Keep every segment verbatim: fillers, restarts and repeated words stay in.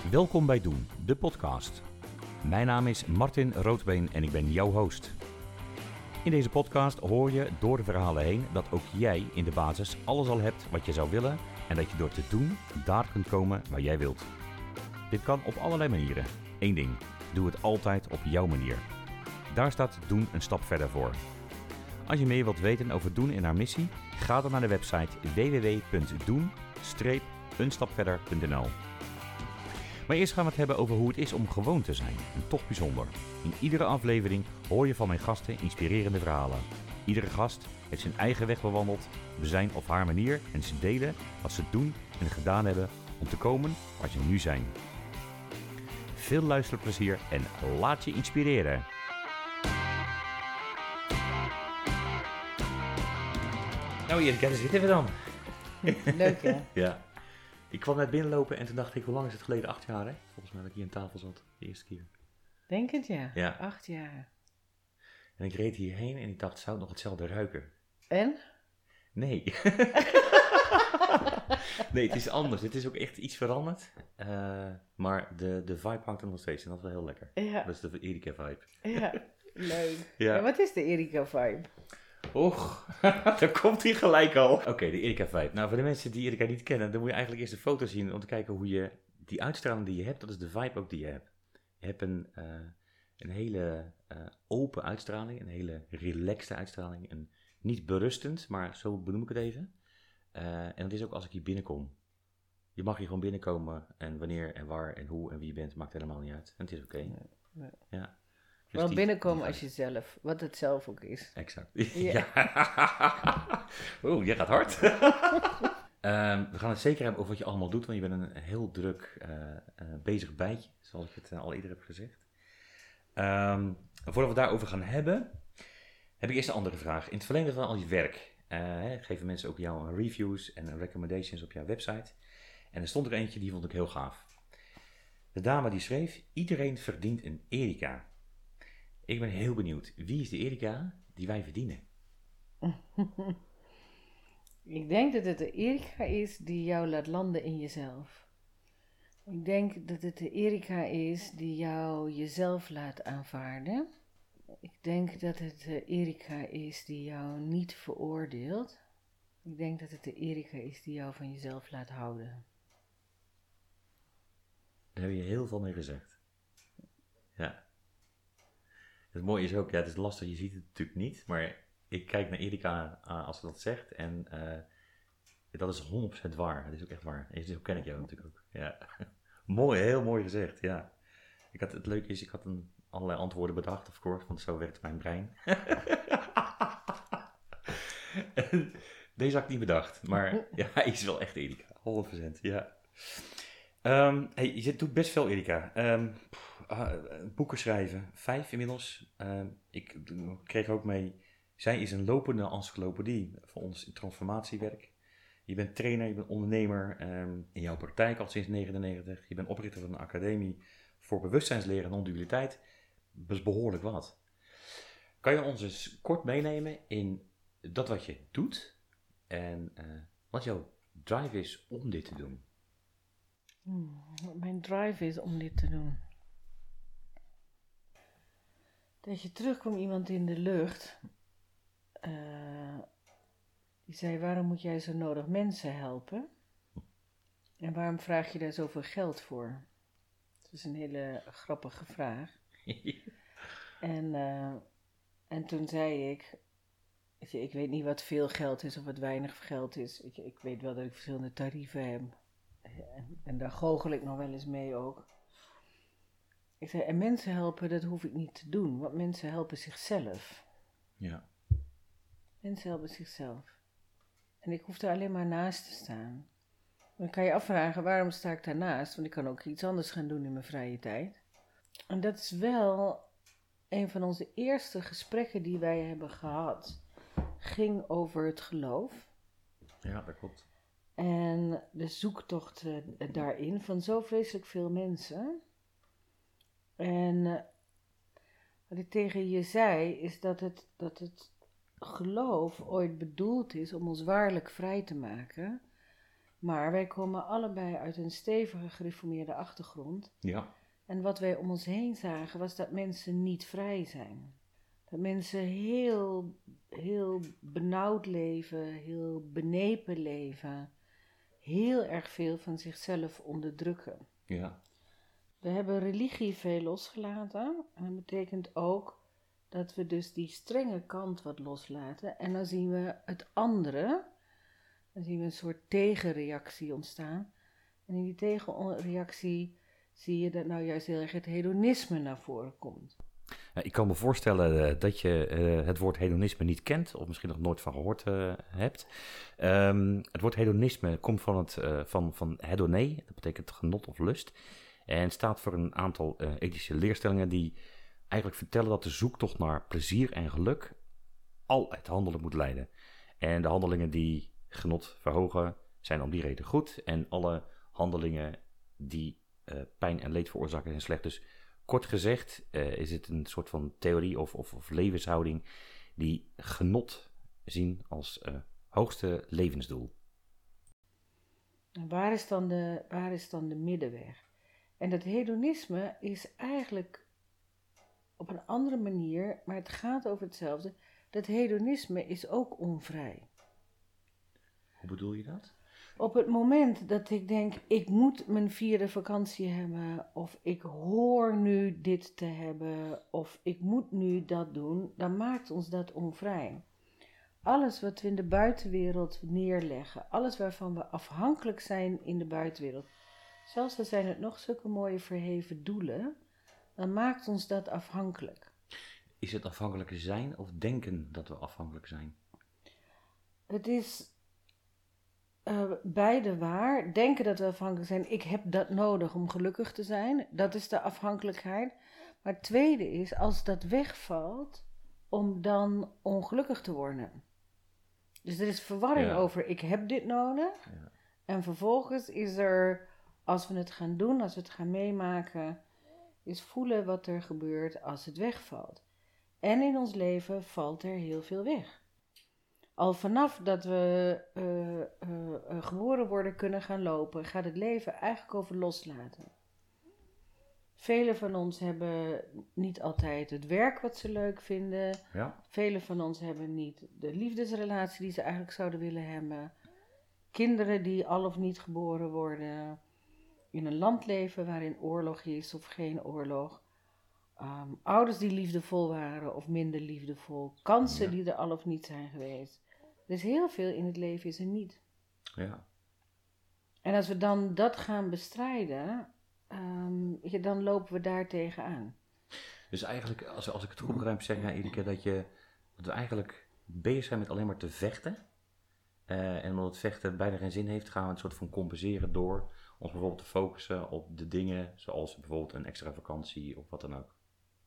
Welkom bij Doen, de podcast. Mijn naam is Martin Roodbeen en ik ben jouw host. In deze podcast hoor je door de verhalen heen dat ook jij in de basis alles al hebt wat je zou willen en dat je door te doen daar kunt komen waar jij wilt. Dit kan op allerlei manieren. Eén ding, doe het altijd op jouw manier. Daar staat Doen een stap verder voor. Als je meer wilt weten over Doen en haar missie, ga dan naar de website w w w punt doen streep een stap verder punt n l. Maar eerst gaan we het hebben over hoe het is om gewoon te zijn, en toch bijzonder. In iedere aflevering hoor je van mijn gasten inspirerende verhalen. Iedere gast heeft zijn eigen weg bewandeld, op zijn of haar manier, en ze delen wat ze doen en gedaan hebben om te komen waar ze nu zijn. Veel luisterplezier en laat je inspireren. Nou Erika, daar zitten we dan. Leuk hè? Ja. Ik kwam net binnenlopen en toen dacht ik, hoe lang is het geleden? Acht jaar hè? Volgens mij dat ik hier aan tafel zat, de eerste keer. Denk het ja. Ja. Acht jaar. En ik reed hierheen en ik dacht, zou het nog hetzelfde ruiken? En? Nee. Nee, het is anders. Het is ook echt iets veranderd. Uh, maar de, de vibe hangt er nog steeds en dat is wel heel lekker. Ja. Dat is de Erika vibe. Ja, leuk. Ja. En wat is de Erika vibe? Och, daar komt hij gelijk al. Oké, okay, de Erika vibe. Nou, voor de mensen die Erika niet kennen, dan moet je eigenlijk eerst de foto zien om te kijken hoe je die uitstraling die je hebt, dat is de vibe ook die je hebt. Je hebt een, uh, een hele uh, open uitstraling, een hele relaxte uitstraling. Een, niet berustend, maar zo benoem ik het even. Uh, en dat is ook als ik hier binnenkom. Je mag hier gewoon binnenkomen en wanneer en waar en hoe en wie je bent, maakt helemaal niet uit. En het is oké. Okay. Nee, nee. Ja. Dus wel die, binnenkomen die als jezelf, wat het zelf ook is. Exact. Ja. Oeh, jij gaat hard. um, we gaan het zeker hebben over wat je allemaal doet, want je bent een heel druk uh, uh, bezig bijtje, zoals ik het uh, al eerder heb gezegd. Um, voordat we daarover gaan hebben, heb ik eerst een andere vraag. In het verlengde van al je werk, uh, hè, geven mensen ook jou reviews en recommendations op jouw website. En er stond er eentje, die vond ik heel gaaf. De dame die schreef, iedereen verdient een Erika. Ik ben heel benieuwd, wie is de Erika die wij verdienen? Ik denk dat het de Erika is die jou laat landen in jezelf. Ik denk dat het de Erika is die jou jezelf laat aanvaarden. Ik denk dat het de Erika is die jou niet veroordeelt. Ik denk dat het de Erika is die jou van jezelf laat houden. Daar heb je heel veel mee gezegd. Ja. Het mooie is ook, ja, het is lastig, je ziet het natuurlijk niet, maar ik kijk naar Erika uh, als ze dat zegt en uh, dat is honderd procent waar. Het is ook echt waar. En zo ken ik jou natuurlijk ook. Ja. Mooi, heel mooi gezegd, ja. Ik had, het leuke is, ik had een, allerlei antwoorden bedacht, of course, want zo werkt mijn brein. Deze had ik niet bedacht, maar ja, hij is wel echt Erika, honderd procent, ja. Um, hey, je doet best veel, Erika. Um, uh, boeken schrijven, vijf inmiddels. Uh, ik kreeg ook mee, zij is een lopende encyclopedie voor ons in transformatiewerk. Je bent trainer, je bent ondernemer um, in jouw praktijk al sinds negentien negenennegentig. Je bent oprichter van een academie voor bewustzijnsleren en non-dualiteit. Dat is behoorlijk wat. Kan je ons eens kort meenemen in dat wat je doet en uh, wat jouw drive is om dit te doen? Hmm, wat mijn drive is om dit te doen. Dat je terugkwam iemand in de lucht. Uh, die zei, waarom moet jij zo nodig mensen helpen? En waarom vraag je daar zoveel geld voor? Dat is een hele grappige vraag. en, uh, en toen zei ik, weet je, ik weet niet wat veel geld is of wat weinig geld is. Weet je, ik weet wel dat ik verschillende tarieven heb. En, en daar goochel ik nog wel eens mee ook. Ik zei, en mensen helpen, dat hoef ik niet te doen. Want mensen helpen zichzelf. Ja. Mensen helpen zichzelf. En ik hoef er alleen maar naast te staan. Dan kan je afvragen, waarom sta ik daarnaast? Want ik kan ook iets anders gaan doen in mijn vrije tijd. En dat is wel een van onze eerste gesprekken die wij hebben gehad. Ging over het geloof. Ja, dat klopt. En de zoektocht uh, daarin van zo vreselijk veel mensen. En uh, wat ik tegen je zei, is dat het, dat het geloof ooit bedoeld is om ons waarlijk vrij te maken. Maar wij komen allebei uit een stevige gereformeerde achtergrond. Ja. En wat wij om ons heen zagen was dat mensen niet vrij zijn. Dat mensen heel, heel benauwd leven, heel benepen leven. Heel erg veel van zichzelf onderdrukken. Ja. We hebben religie veel losgelaten. En dat betekent ook dat we dus die strenge kant wat loslaten. En dan zien we het andere. Dan zien we een soort tegenreactie ontstaan. En in die tegenreactie zie je dat nou juist heel erg het hedonisme naar voren komt. Ja, ik kan me voorstellen uh, dat je uh, het woord hedonisme niet kent, of misschien nog nooit van gehoord uh, hebt. Um, het woord hedonisme komt van, het, uh, van, van hedone, dat betekent genot of lust. En staat voor een aantal uh, ethische leerstellingen die eigenlijk vertellen dat de zoektocht naar plezier en geluk al het handelen moet leiden. En de handelingen die genot verhogen zijn om die reden goed. En alle handelingen die uh, pijn en leed veroorzaken zijn slecht. Dus kort gezegd uh, is het een soort van theorie of, of, of levenshouding die genot zien als uh, hoogste levensdoel. En waar is dan de, waar is dan de middenweg? En dat hedonisme is eigenlijk op een andere manier, maar het gaat over hetzelfde. Dat hedonisme is ook onvrij. Hoe bedoel je dat? Op het moment dat ik denk, ik moet mijn vierde vakantie hebben, of ik hoor nu dit te hebben, of ik moet nu dat doen, dan maakt ons dat onvrij. Alles wat we in de buitenwereld neerleggen, alles waarvan we afhankelijk zijn in de buitenwereld, zelfs al zijn het nog zulke mooie verheven doelen, dan maakt ons dat afhankelijk. Is het afhankelijk zijn of denken dat we afhankelijk zijn? Het is uh, beide waar. Denken dat we afhankelijk zijn. Ik heb dat nodig om gelukkig te zijn. Dat is de afhankelijkheid. Maar het tweede is, als dat wegvalt, om dan ongelukkig te worden. Dus er is verwarring ja. over, ik heb dit nodig. Ja. En vervolgens is er, als we het gaan doen, als we het gaan meemaken, is voelen wat er gebeurt als het wegvalt. En in ons leven valt er heel veel weg. Al vanaf dat we uh, uh, uh, geboren worden kunnen gaan lopen, gaat het leven eigenlijk over loslaten. Velen van ons hebben niet altijd het werk wat ze leuk vinden. Ja. Velen van ons hebben niet de liefdesrelatie die ze eigenlijk zouden willen hebben. Kinderen die al of niet geboren worden. In een land leven waarin oorlog is of geen oorlog. Um, ouders die liefdevol waren of minder liefdevol. Kansen ja. die er al of niet zijn geweest. Er is heel veel in het leven is er niet. Ja. En als we dan dat gaan bestrijden, um, ja, dan lopen we daar tegenaan. Dus eigenlijk, als, als ik het goed begrijp, zeg jij iedere keer dat, je, dat we eigenlijk bezig zijn met alleen maar te vechten. Uh, en omdat het vechten bijna geen zin heeft, gaan we een soort van compenseren door ons bijvoorbeeld te focussen op de dingen zoals bijvoorbeeld een extra vakantie of wat dan ook.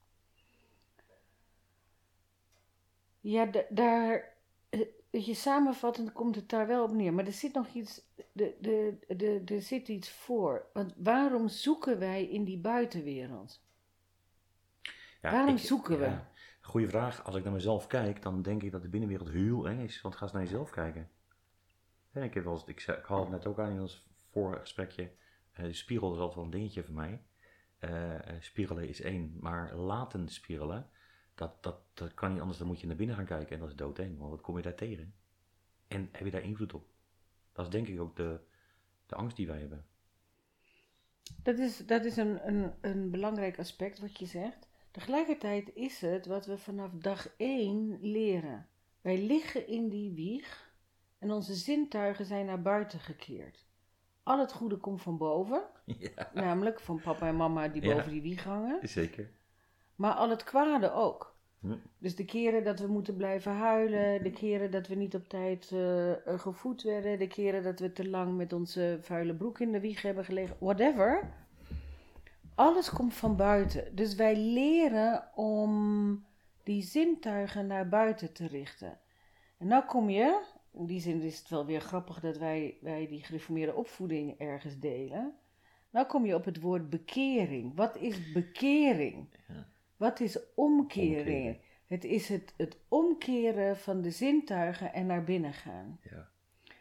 Ja, d- daar, je samenvattend komt het daar wel op neer. Maar er zit nog iets, de, de, de, er zit iets voor. Want waarom zoeken wij in die buitenwereld? Ja, waarom ik, zoeken we? Ja, goeie vraag. Als ik naar mezelf kijk, dan denk ik dat de binnenwereld heel eng is. Want ga eens naar jezelf kijken. En ik, heb wel eens, ik, ik had het net ook aan in ons vorige gesprekje. Uh, de spiegel is altijd wel een dingetje voor mij. Uh, spiegelen is één, maar laten spiegelen, dat, dat, dat kan niet anders. Dan moet je naar binnen gaan kijken en dat is doodeng. Want wat kom je daar tegen? En heb je daar invloed op? Dat is denk ik ook de, de angst die wij hebben. Dat is, dat is een, een, een belangrijk aspect wat je zegt. Tegelijkertijd is het wat we vanaf dag één leren. Wij liggen in die wieg en onze zintuigen zijn naar buiten gekeerd. Al het goede komt van boven, ja. Namelijk van papa en mama die boven ja. die wieg hangen. Zeker. Maar al het kwade ook. Hm. Dus de keren dat we moeten blijven huilen, de keren dat we niet op tijd uh, gevoed werden, de keren dat we te lang met onze vuile broek in de wieg hebben gelegen, whatever. Alles komt van buiten. Dus wij leren om die zintuigen naar buiten te richten. En nou kom je, in die zin is het wel weer grappig dat wij, wij die gereformeerde opvoeding ergens delen. Nou kom je op het woord bekering. Wat is bekering? Ja. Wat is omkering? omkering? Het is het, het omkeren van de zintuigen en naar binnen gaan. Ja.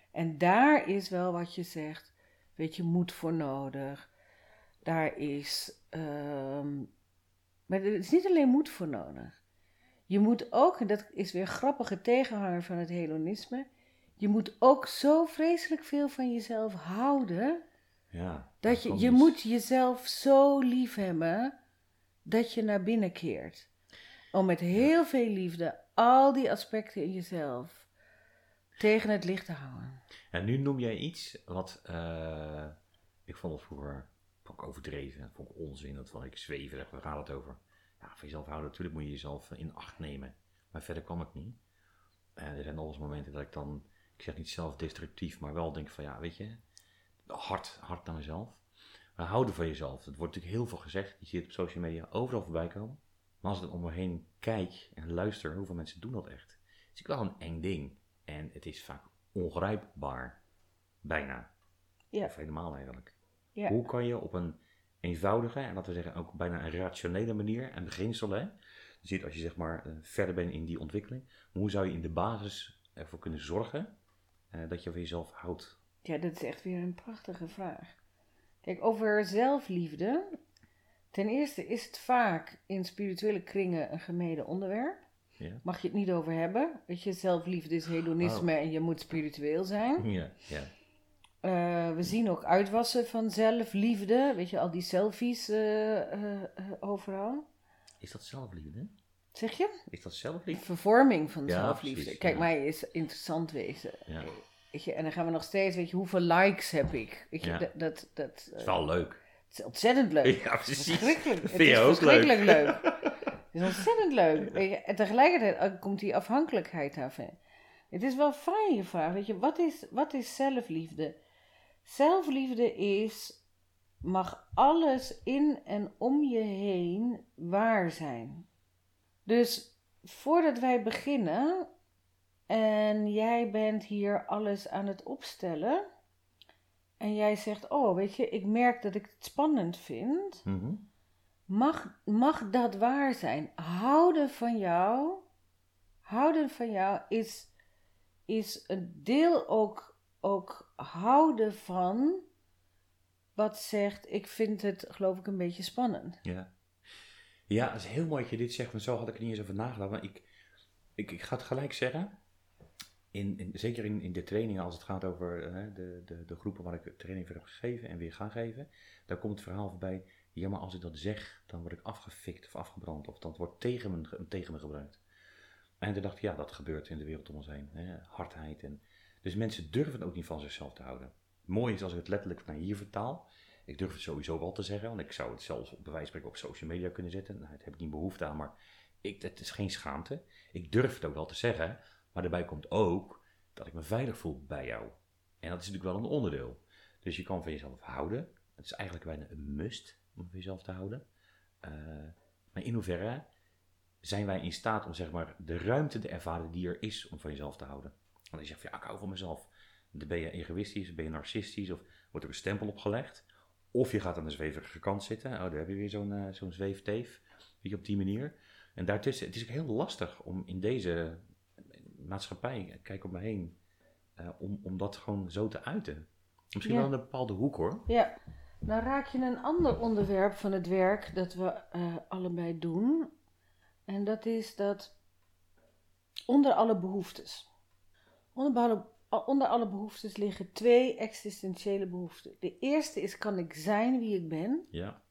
En daar is wel wat je zegt, weet je, moed voor nodig. Daar is, um, maar er is niet alleen moed voor nodig. Je moet ook, en dat is weer een grappige tegenhanger van het hedonisme, je moet ook zo vreselijk veel van jezelf houden, ja, dat je, je iets... moet jezelf zo lief hebben, dat je naar binnen keert. Om met heel veel liefde al die aspecten in jezelf tegen het licht te houden. En nu noem jij iets wat, uh, ik vond het vroeger vond ik overdreven, dat vond ik onzin, dat vond ik zweverig, waar gaat het over? Ja, van jezelf houden, natuurlijk moet je jezelf in acht nemen, maar verder kwam ik niet. En er zijn nog eens momenten dat ik dan, ik zeg niet zelfdestructief, maar wel denk van ja, weet je, hard, hard naar mezelf. Maar houden van jezelf, het wordt natuurlijk heel veel gezegd, je ziet het op social media overal voorbij komen. Maar als ik om me heen kijk en luister, hoeveel mensen doen dat echt? Het is wel een eng ding. En het is vaak ongrijpbaar. Bijna. Ja. Of helemaal eigenlijk. Ja. Hoe kan je op een eenvoudige, en laten we zeggen ook bijna een rationele manier, en beginsel, hè? Je ziet als je zeg maar uh, verder bent in die ontwikkeling, hoe zou je in de basis ervoor kunnen zorgen uh, dat je van jezelf houdt? Ja, dat is echt weer een prachtige vraag. Kijk, over zelfliefde. Ten eerste is het vaak in spirituele kringen een gemeden onderwerp. Ja. Mag je het niet over hebben. Weet je, zelfliefde is hedonisme oh. en je moet spiritueel zijn. Ja, ja. Uh, we zien ook uitwassen van zelfliefde. Weet je, al die selfies uh, uh, uh, overal. Is dat zelfliefde? Zeg je? Is dat zelfliefde? Vervorming van ja, zelfliefde. Precies, Kijk, ja. mij is interessant wezen. Ja. Weet je, en dan gaan we nog steeds, weet je, hoeveel likes heb ik? Weet je, ja. dat... dat, dat uh, is wel leuk. Het is ontzettend leuk. Ja, precies. Verschrikkelijk. Vind het is je ook verschrikkelijk leuk. leuk. Het is ontzettend leuk. Weet je, en tegelijkertijd komt die afhankelijkheid daarvan. Het is wel fijn je vraag. Weet je, wat is, wat is zelfliefde? Zelfliefde is, mag alles in en om je heen waar zijn. Dus voordat wij beginnen en jij bent hier alles aan het opstellen en jij zegt, oh weet je, ik merk dat ik het spannend vind, Mm-hmm. mag, mag dat waar zijn. Houden van jou, houden van jou is, is een deel ook, ook houden van wat zegt, ik vind het geloof ik een beetje spannend. Ja. Ja, het is heel mooi dat je dit zegt, want zo had ik er niet eens over nagedacht. Maar ik, ik, ik ga het gelijk zeggen. In, in, zeker in, in de trainingen, als het gaat over uh, de, de, de groepen waar ik training voor heb gegeven en weer ga geven. Daar komt het verhaal voorbij. Ja, maar als ik dat zeg, dan word ik afgefikt of afgebrand. Of dat wordt tegen me, tegen me gebruikt. En toen dacht ik, ja, dat gebeurt in de wereld om ons heen. Hè? Hardheid. En, dus mensen durven het ook niet van zichzelf te houden. Mooi is als ik het letterlijk naar hier vertaal. Ik durf het sowieso wel te zeggen, want ik zou het zelfs op bij wijze van spreken op social media kunnen zetten. Nou, daar heb ik niet behoefte aan, maar ik, het is geen schaamte. Ik durf het ook wel te zeggen, maar daarbij komt ook dat ik me veilig voel bij jou. En dat is natuurlijk wel een onderdeel. Dus je kan van jezelf houden. Het is eigenlijk bijna een must om van jezelf te houden. Uh, maar in hoeverre zijn wij in staat om zeg maar de ruimte te ervaren die er is om van jezelf te houden? Want je zegt van ja, ik hou van mezelf. Dan ben je egoïstisch, ben je narcistisch of wordt er een stempel opgelegd. Of je gaat aan de zweverige kant zitten. Oh, daar heb je weer zo'n, uh, zo'n zweefteef. Weet je, op die manier. En daartussen, het is ook heel lastig om in deze maatschappij, kijk om me heen, uh, om, om dat gewoon zo te uiten. Misschien ja. wel in een bepaalde hoek hoor. Ja, nou raak je een ander onderwerp van het werk dat we uh, allebei doen. En dat is dat onder alle behoeftes. Onder alle, onder alle behoeftes liggen twee existentiële behoeften. De eerste is, kan ik zijn wie ik ben? Ja.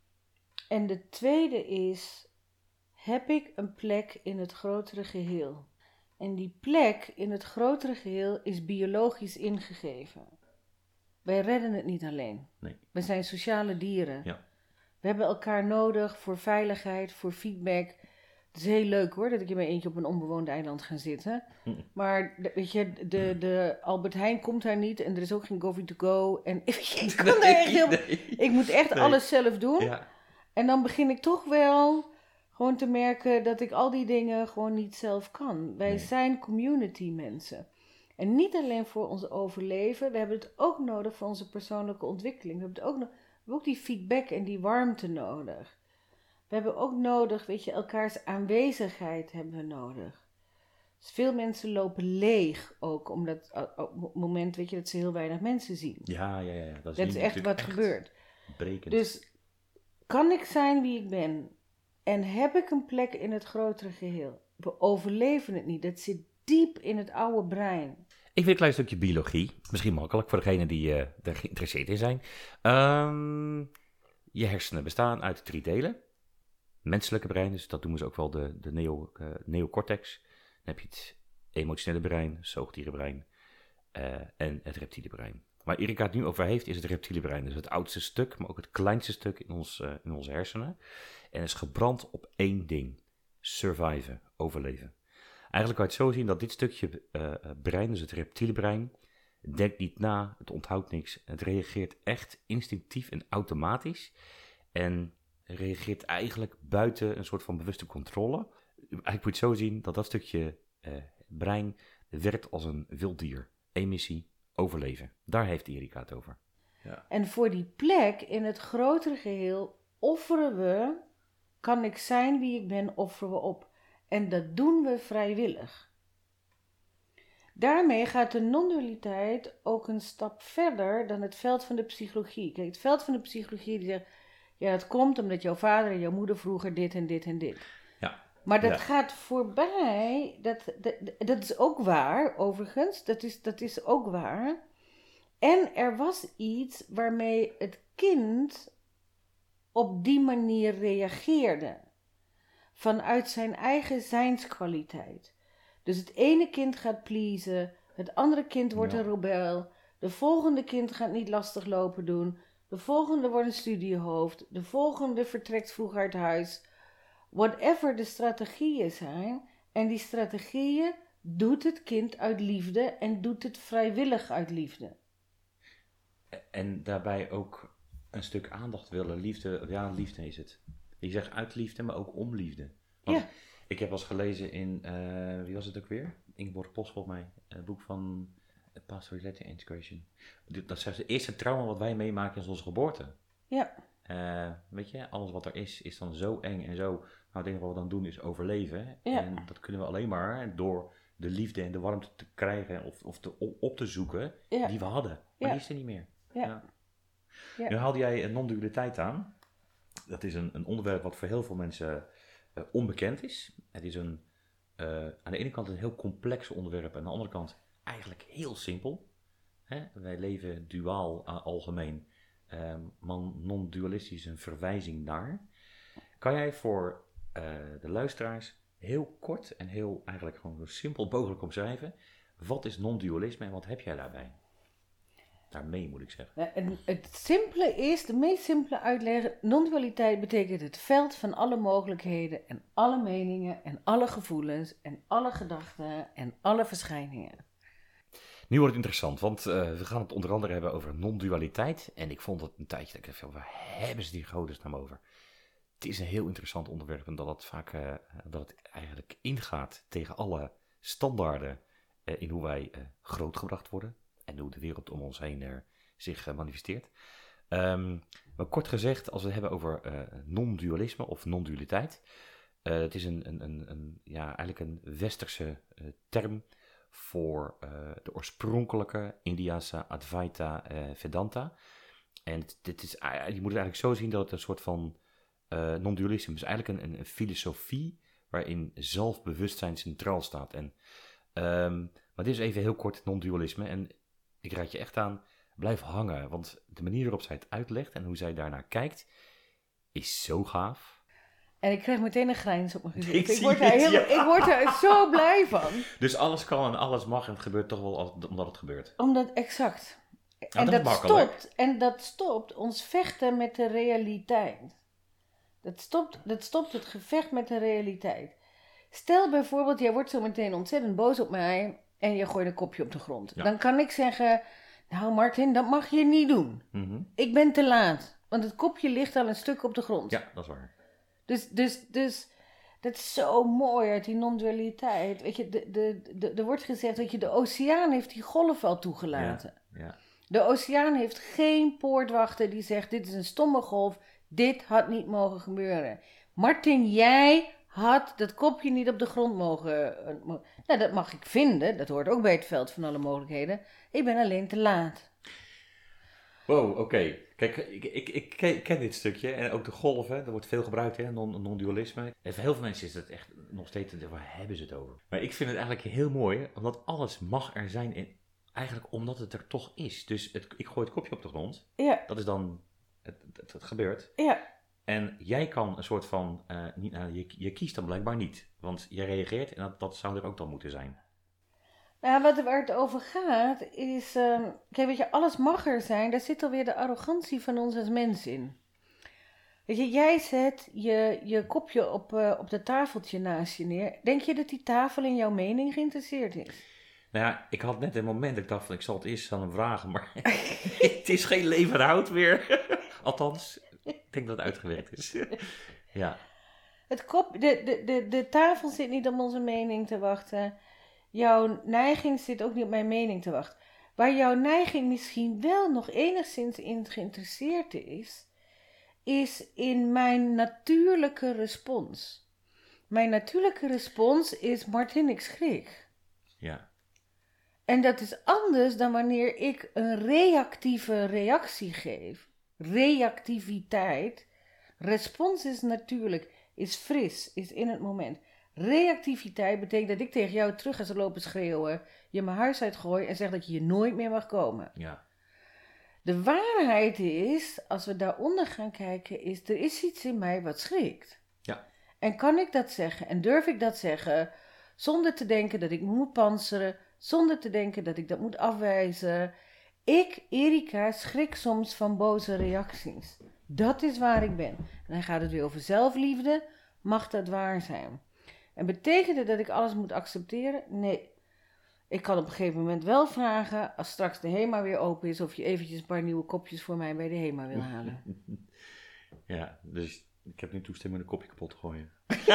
En de tweede is, heb ik een plek in het grotere geheel? En die plek in het grotere geheel is biologisch ingegeven. Wij redden het niet alleen. Nee. We zijn sociale dieren. Ja. We hebben elkaar nodig voor veiligheid, voor feedback. Het is heel leuk hoor, dat ik in mijn eentje op een onbewoond eiland ga zitten. Mm. Maar weet je, de, de Albert Heijn komt daar niet en er is ook geen Coffee to go. En weet je, ik, kan nee, daar echt heel, nee. ik moet echt Nee. alles zelf doen. Ja. En dan begin ik toch wel gewoon te merken dat ik al die dingen gewoon niet zelf kan. Wij Nee. zijn community mensen. En niet alleen voor ons overleven, we hebben het ook nodig voor onze persoonlijke ontwikkeling. We hebben, het ook, no- we hebben ook die feedback en die warmte nodig. We hebben ook nodig, weet je, elkaars aanwezigheid hebben we nodig. Dus veel mensen lopen leeg ook, omdat op het moment, weet je, dat ze heel weinig mensen zien. Ja, ja, ja. Dat is, dat is echt wat echt gebeurt. Brekend. Dus kan ik zijn wie ik ben en heb ik een plek in het grotere geheel? We overleven het niet. Dat zit diep in het oude brein. Ik wil een klein stukje biologie. Misschien makkelijk voor degenen die uh, er geïnteresseerd in zijn. Um, je hersenen bestaan uit drie delen. Menselijke brein, dus dat noemen ze ook wel de, de neo, uh, neocortex. Dan heb je het emotionele brein, zoogdierenbrein uh, en het reptiele brein. Waar Erika het nu over heeft is het reptiele brein. Dus het oudste stuk, maar ook het kleinste stuk in, ons, uh, in onze hersenen. En is gebrand op één ding. Surviven, overleven. Eigenlijk kan je het zo zien dat dit stukje uh, brein, dus het reptiele brein, denkt niet na, het onthoudt niks. Het reageert echt instinctief en automatisch. En reageert eigenlijk buiten een soort van bewuste controle. Eigenlijk moet je het zo zien dat dat stukje uh, brein werkt als een wild dier. Emissie, overleven. Daar heeft Erika het over. Ja. En voor die plek in het grotere geheel offeren we, kan ik zijn wie ik ben, offeren we op. En dat doen we vrijwillig. Daarmee gaat de non-dualiteit ook een stap verder dan het veld van de psychologie. Kijk, het veld van de psychologie die zegt, ja, dat komt omdat jouw vader en jouw moeder vroeger dit en dit en dit. Ja. Maar dat ja. gaat voorbij, dat, dat, dat is ook waar, overigens, dat is, dat is ook waar. En er was iets waarmee het kind op die manier reageerde. Vanuit zijn eigen zijnskwaliteit. Dus het ene kind gaat pleasen, het andere kind wordt ja. een rebel, de volgende kind gaat niet lastig lopen doen, de volgende wordt een studiehoofd, de volgende vertrekt vroeg uit huis. Whatever de strategieën zijn, en die strategieën doet het kind uit liefde en doet het vrijwillig uit liefde. En daarbij ook een stuk aandacht willen, liefde, ja, liefde is het. Je zegt uit liefde, maar ook om liefde. Want ja. Ik heb wel eens gelezen in, uh, wie was het ook weer? Ingeborg Bos volgens mij. Het boek van Pastoral Letter Integration. Dat zegt het eerste trauma wat wij meemaken is onze geboorte. Ja. Uh, weet je, alles wat er is, is dan zo eng en zo. Nou, het enige wat we dan doen is overleven. Ja. En dat kunnen we alleen maar door de liefde en de warmte te krijgen of, of te, op te zoeken ja. die we hadden. Maar ja. die is er niet meer. Ja. Ja. Ja. Nu haalde jij een non-dualiteit aan. Dat is een, een onderwerp wat voor heel veel mensen uh, onbekend is. Het is een, uh, aan de ene kant een heel complex onderwerp. En aan de andere kant eigenlijk heel simpel. Hè? Wij leven duaal uh, algemeen. Um, non-dualistisch een verwijzing naar. Kan jij voor uh, de luisteraars heel kort en heel eigenlijk gewoon zo simpel mogelijk omschrijven. Wat is non-dualisme en wat heb jij daarbij? Daarmee moet ik zeggen. Ja, en het simpele is, de meest simpele uitleg, non-dualiteit betekent het veld van alle mogelijkheden en alle meningen en alle gevoelens en alle gedachten en alle verschijningen. Nu wordt het interessant, want uh, we gaan het onder andere hebben over non-dualiteit. En ik vond het een tijdje, dat ik dacht, waar hebben ze die godesnaam over? Het is een heel interessant onderwerp en dat het vaak uh, dat het eigenlijk ingaat tegen alle standaarden uh, in hoe wij uh, grootgebracht worden. En hoe de wereld om ons heen er zich uh, manifesteert. Um, maar kort gezegd, als we het hebben over uh, non-dualisme of non-dualiteit. Uh, het is een, een, een, een, ja, eigenlijk een westerse uh, term voor uh, de oorspronkelijke Indiase Advaita uh, Vedanta. En dit is, uh, je moet het eigenlijk zo zien dat het een soort van uh, non-dualisme is. Eigenlijk een, een, een filosofie waarin zelfbewustzijn centraal staat. En, um, maar dit is even heel kort non-dualisme. En ik raad je echt aan, blijf hangen. Want de manier waarop zij het uitlegt en hoe zij daarnaar kijkt, is zo gaaf. En ik krijg meteen een grijns op mijn gezicht. Ik, ik, word, er heel, ja. ik word er zo blij van. Dus alles kan en alles mag en het gebeurt toch wel als, omdat het gebeurt. Omdat, exact. Nou, en, dat dat stopt, en dat stopt ons vechten met de realiteit. Dat stopt, dat stopt het gevecht met de realiteit. Stel bijvoorbeeld, jij wordt zo meteen ontzettend boos op mij en je gooit een kopje op de grond. Ja. Dan kan ik zeggen, nou Martin, dat mag je niet doen. Mm-hmm. Ik ben te laat, want het kopje ligt al een stuk op de grond. Ja, dat is waar. Dus, dus, dus dat is zo mooi uit die non-dualiteit. Weet je, de, de, de, er wordt gezegd dat je de oceaan heeft die golf al toegelaten. Ja, ja. De oceaan heeft geen poortwachter die zegt, dit is een stomme golf, dit had niet mogen gebeuren. Martin, jij had dat kopje niet op de grond mogen... Uh, mo- nou, dat mag ik vinden. Dat hoort ook bij het veld van alle mogelijkheden. Ik ben alleen te laat. Wow, oké. Okay. Kijk, ik, ik, ik ken dit stukje. En ook de golven, dat wordt veel gebruikt, hè? Non, non-dualisme. En voor heel veel mensen is dat echt nog steeds... Waar hebben ze het over? Maar ik vind het eigenlijk heel mooi, omdat alles mag er zijn. En eigenlijk omdat het er toch is. Dus het, ik gooi het kopje op de grond. Ja. Dat is dan... Het, het, het gebeurt. Ja. En jij kan een soort van... Uh, niet, uh, je, je kiest dan blijkbaar niet. Want je reageert en dat, dat zou er ook dan moeten zijn. Nou, wat, waar het over gaat is... Um, kijk, weet je, alles mag er zijn. Daar zit alweer de arrogantie van ons als mens in. Weet je, jij zet je, je kopje op, uh, op de tafeltje naast je neer. Denk je dat die tafel in jouw mening geïnteresseerd is? Nou ja, ik had net een moment dat ik dacht van... Ik zal het eerst aan hem vragen, maar... het is geen levend hout meer. Althans, ik denk dat het uitgewerkt is. Ja. Het kop, de, de, de, de tafel zit niet op onze mening te wachten... Jouw neiging zit ook niet op mijn mening te wachten. Waar jouw neiging misschien wel nog enigszins in geïnteresseerd is, is in mijn natuurlijke respons. Mijn natuurlijke respons is, Martin, ik schrik. Ja. En dat is anders dan wanneer ik een reactieve reactie geef. Reactiviteit. Respons is natuurlijk, is fris, is in het moment. Reactiviteit betekent dat ik tegen jou terug ga lopen schreeuwen, je mijn huis uitgooi en zeg dat je hier nooit meer mag komen. Ja. De waarheid is, als we daaronder gaan kijken, is er is iets in mij wat schrikt. Ja. En kan ik dat zeggen en durf ik dat zeggen zonder te denken dat ik moet panseren, zonder te denken dat ik dat moet afwijzen. Ik, Erika, schrik soms van boze reacties. Dat is waar ik ben. En dan gaat het weer over zelfliefde. Mag dat waar zijn? En betekent het dat ik alles moet accepteren? Nee. Ik kan op een gegeven moment wel vragen, als straks de HEMA weer open is, of je eventjes een paar nieuwe kopjes voor mij bij de HEMA wil halen. Ja, dus ik heb nu toestemming om een kopje kapot te gooien.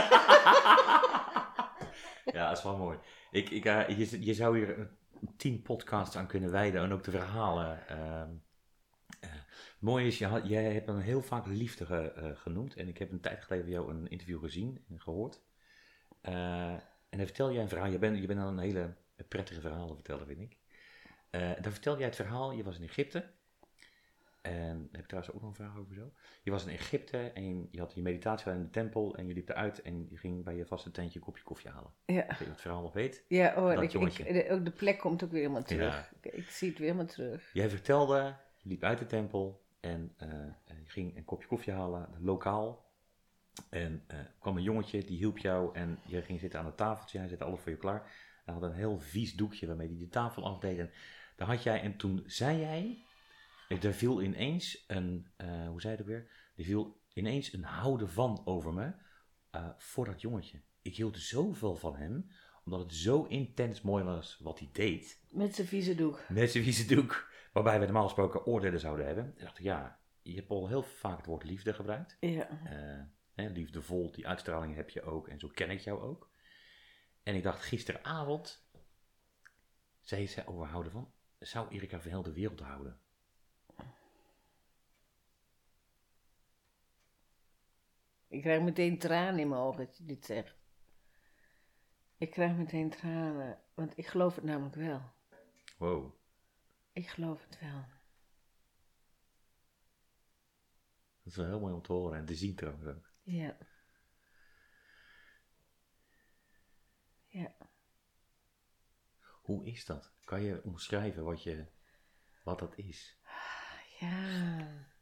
Ja, dat is wel mooi. Ik, ik, uh, je, je zou hier tien podcasts aan kunnen wijden en ook de verhalen. Uh, uh, mooi is, je had, jij hebt dan heel vaak liefde ge, uh, genoemd. En ik heb een tijd geleden jou een interview gezien en gehoord. Uh, en dan vertel jij een verhaal. Je bent, je bent dan een hele prettige verhalen vertellen, vind ik. Uh, dan vertelde jij het verhaal, je was in Egypte. En daar heb ik trouwens ook nog een vraag over zo. Je was in Egypte en je had je meditatie in de tempel en je liep eruit en je ging bij je vaste tentje een kopje koffie halen. Ja. Weet je het verhaal nog weet? Ja, oh, dat ik, jongetje. Ik, de, ook de plek komt ook weer helemaal terug. Ja. Ik, ik zie het weer helemaal terug. Jij vertelde, je liep uit de tempel en uh, je ging een kopje koffie halen, lokaal. En uh, kwam een jongetje, die hielp jou en je ging zitten aan het tafeltje. Hij zette alles voor je klaar. Hij had een heel vies doekje waarmee hij de tafel afdeed. En daar had jij, en toen zei jij, er viel ineens een, uh, hoe zei het ook weer? Er viel ineens een houden van over me uh, voor dat jongetje. Ik hield zoveel van hem, omdat het zo intens mooi was wat hij deed. Met zijn vieze doek. Met zijn vieze doek, waarbij we normaal gesproken oordelen zouden hebben. En dacht ik, ja, je hebt al heel vaak het woord liefde gebruikt. Ja. Uh, hè, liefdevol, die uitstraling heb je ook en zo ken ik jou ook. En ik dacht, gisteravond, zei ze over houden van, zou Erika van heel de wereld houden? Ik krijg meteen tranen in mijn ogen als je dit zegt. Ik krijg meteen tranen, want ik geloof het namelijk wel. Wow. Ik geloof het wel. Dat is wel heel mooi om te horen en te zien trouwens ook. Ja. Ja. Hoe is dat? Kan je omschrijven wat, je, wat dat is? Ja.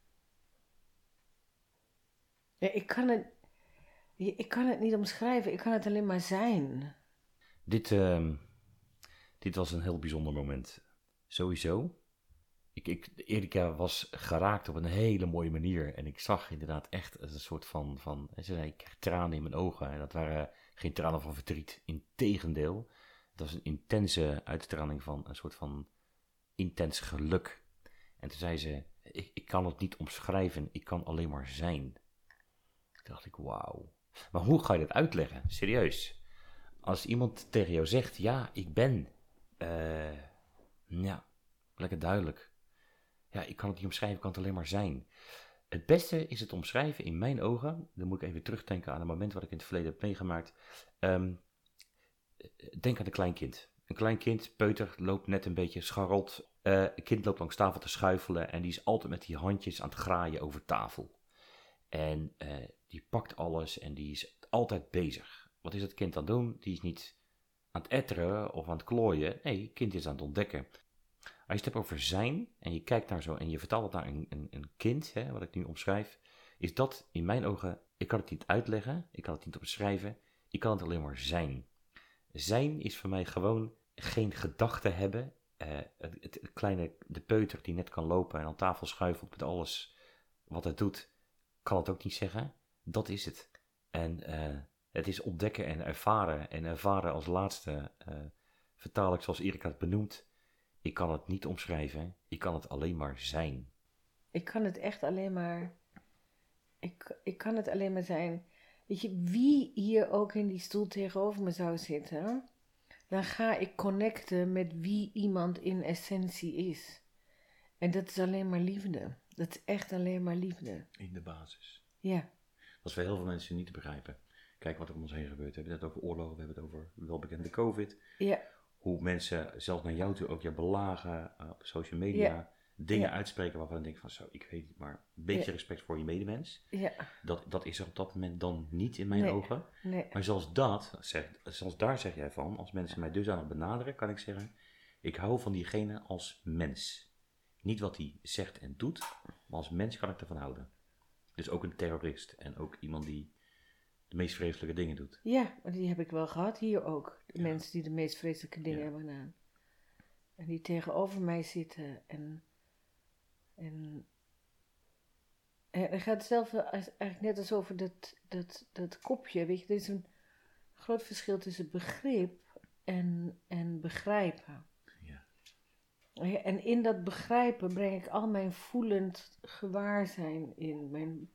Ja, ik kan het, ik kan het niet omschrijven, ik kan het alleen maar zijn. Dit, uh, dit was een heel bijzonder moment. Sowieso. Ik, ik, Erika was geraakt op een hele mooie manier. En ik zag inderdaad echt een soort van, van ze zei, ik kreeg tranen in mijn ogen. En dat waren geen tranen van verdriet. Integendeel. Het was een intense uitstraling van een soort van intens geluk. En toen zei ze, ik, ik kan het niet omschrijven, ik kan alleen maar zijn. Toen dacht ik, wauw. Maar hoe ga je dat uitleggen? Serieus. Als iemand tegen jou zegt, ja, ik ben. Uh, ja, lekker duidelijk. Ja, ik kan het niet omschrijven, ik kan het alleen maar zijn. Het beste is het omschrijven in mijn ogen. Dan moet ik even terugdenken aan een moment wat ik in het verleden heb meegemaakt. Um, denk aan een klein kind. Een klein kind, peuter, loopt net een beetje scharreld. Uh, een kind loopt langs tafel te schuifelen en die is altijd met die handjes aan het graaien over tafel. En uh, die pakt alles en die is altijd bezig. Wat is het kind aan het doen? Die is niet aan het etteren of aan het klooien. Nee, het kind is aan het ontdekken. Als je het hebt over zijn en je kijkt naar zo en je vertaalt het naar een, een, een kind, hè, wat ik nu omschrijf, is dat in mijn ogen, ik kan het niet uitleggen, ik kan het niet omschrijven, ik kan het alleen maar zijn. Zijn is voor mij gewoon geen gedachten hebben. Uh, het, het kleine, de peuter die net kan lopen en aan tafel schuifelt met alles wat het doet, kan het ook niet zeggen. Dat is het. En uh, het is ontdekken en ervaren. En ervaren als laatste uh, vertaal ik zoals Erika het benoemt. Ik kan het niet omschrijven, ik kan het alleen maar zijn. Ik kan het echt alleen maar... Ik, ik kan het alleen maar zijn. Weet je, wie hier ook in die stoel tegenover me zou zitten, dan ga ik connecten met wie iemand in essentie is. En dat is alleen maar liefde. Dat is echt alleen maar liefde. In de basis. Ja. Dat is voor heel veel mensen niet te begrijpen. Kijk wat er om ons heen gebeurt. We hebben het over oorlogen, we hebben het over welbekende COVID. Ja. Hoe mensen zelfs naar jou toe ook je belagen uh, op social media. Ja. Dingen ja. uitspreken waarvan ik denk van zo, ik weet niet, maar een beetje ja. respect voor je medemens. Ja. Dat, dat is er op dat moment dan niet in mijn nee. ogen. Nee. Maar zelfs dat, zeg, zelfs daar zeg jij van, als mensen mij dus aan het benaderen, kan ik zeggen, ik hou van diegene als mens. Niet wat hij zegt en doet, maar als mens kan ik ervan houden. Dus ook een terrorist en ook iemand die de meest vreselijke dingen doet. Ja, maar die heb ik wel gehad, hier ook. De ja. mensen die de meest vreselijke dingen ja. hebben gedaan. En die tegenover mij zitten en... En, en het gaat hetzelfde eigenlijk net als over dat, dat, dat kopje. Weet je, er is een groot verschil tussen begrip en, en begrijpen. Ja. En in dat begrijpen breng ik al mijn voelend gewaarzijn in. Mijn,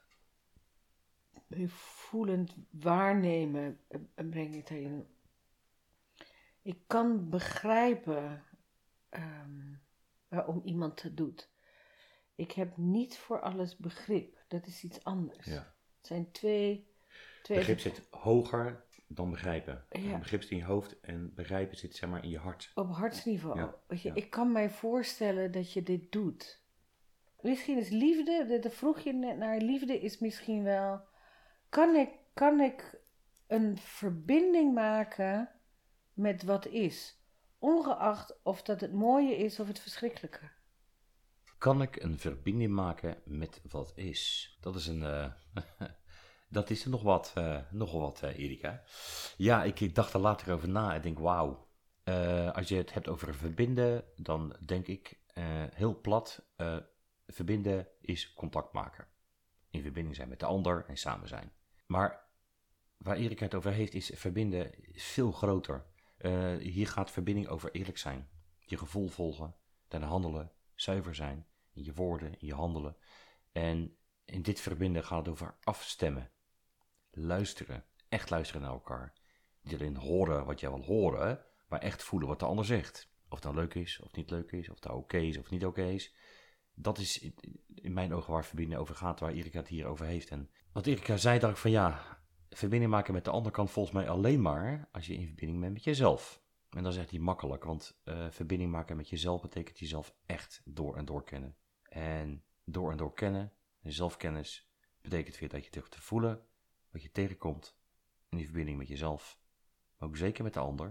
mijn voelend waarnemen breng ik daarin. Ik kan begrijpen um, waarom iemand het doet. Ik heb niet voor alles begrip. Dat is iets anders. Ja. Het zijn twee... twee begrip zit hoger dan begrijpen. Ja. Begrip zit in je hoofd en begrijpen zit zeg maar in je hart. Op hartsniveau. Ja. Weet je, Ja. Ik kan mij voorstellen dat je dit doet. Misschien is liefde, daar vroeg je net naar, liefde is misschien wel... Kan ik, kan ik een verbinding maken met wat is? Ongeacht of dat het mooie is of het verschrikkelijke. Kan ik een verbinding maken met wat is? Dat is een... Uh, dat is er nog wat, uh, nogal wat, uh, Erika. Ja, ik, ik dacht er later over na en denk, wauw. Uh, als je het hebt over verbinden, dan denk ik uh, heel plat. Uh, verbinden is contact maken. In verbinding zijn met de ander en samen zijn. Maar waar Erika het over heeft, is verbinden is veel groter. Uh, hier gaat verbinding over eerlijk zijn. Je gevoel volgen, daarna handelen. Zuiver zijn, in je woorden, in je handelen. En in dit verbinden gaat het over afstemmen. Luisteren, echt luisteren naar elkaar. Niet alleen horen wat jij wil horen, maar echt voelen wat de ander zegt. Of het nou leuk is, of niet leuk is, of het nou oké is, of niet oké is. Dat is in mijn ogen waar verbinding over gaat, waar Erika het hier over heeft. En wat Erika zei, dacht ik van ja, verbinding maken met de ander kan volgens mij alleen maar als je in verbinding bent met jezelf. En dat is echt niet makkelijk, want uh, verbinding maken met jezelf betekent jezelf echt door en door kennen. En door en door kennen, en zelfkennis, betekent weer dat je durft te voelen wat je tegenkomt in die verbinding met jezelf. Maar ook zeker met de ander.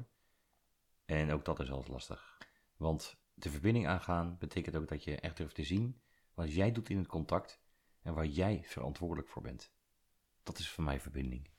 En ook dat is altijd lastig. Want de verbinding aangaan betekent ook dat je echt durft te zien wat jij doet in het contact en waar jij verantwoordelijk voor bent. Dat is voor mij verbinding.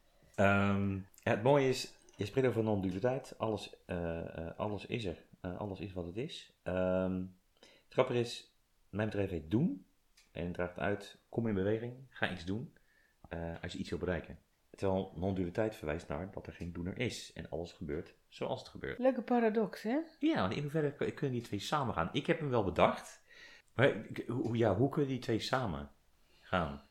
Um, ja, het mooie is... Je spreekt over non-dualiteit. Alles, uh, uh, alles is er. Uh, alles is wat het is. Um, het grappige is, mijn bedrijf heet Doen. En het draagt uit, kom in beweging, ga iets doen. Uh, als je iets wil bereiken. Terwijl non-dualiteit verwijst naar dat er geen doener is. En alles gebeurt zoals het gebeurt. Leuke paradox, hè? Ja, want in hoeverre kunnen die twee samen gaan? Ik heb hem wel bedacht. Maar hoe, ja, hoe kunnen die twee samen gaan?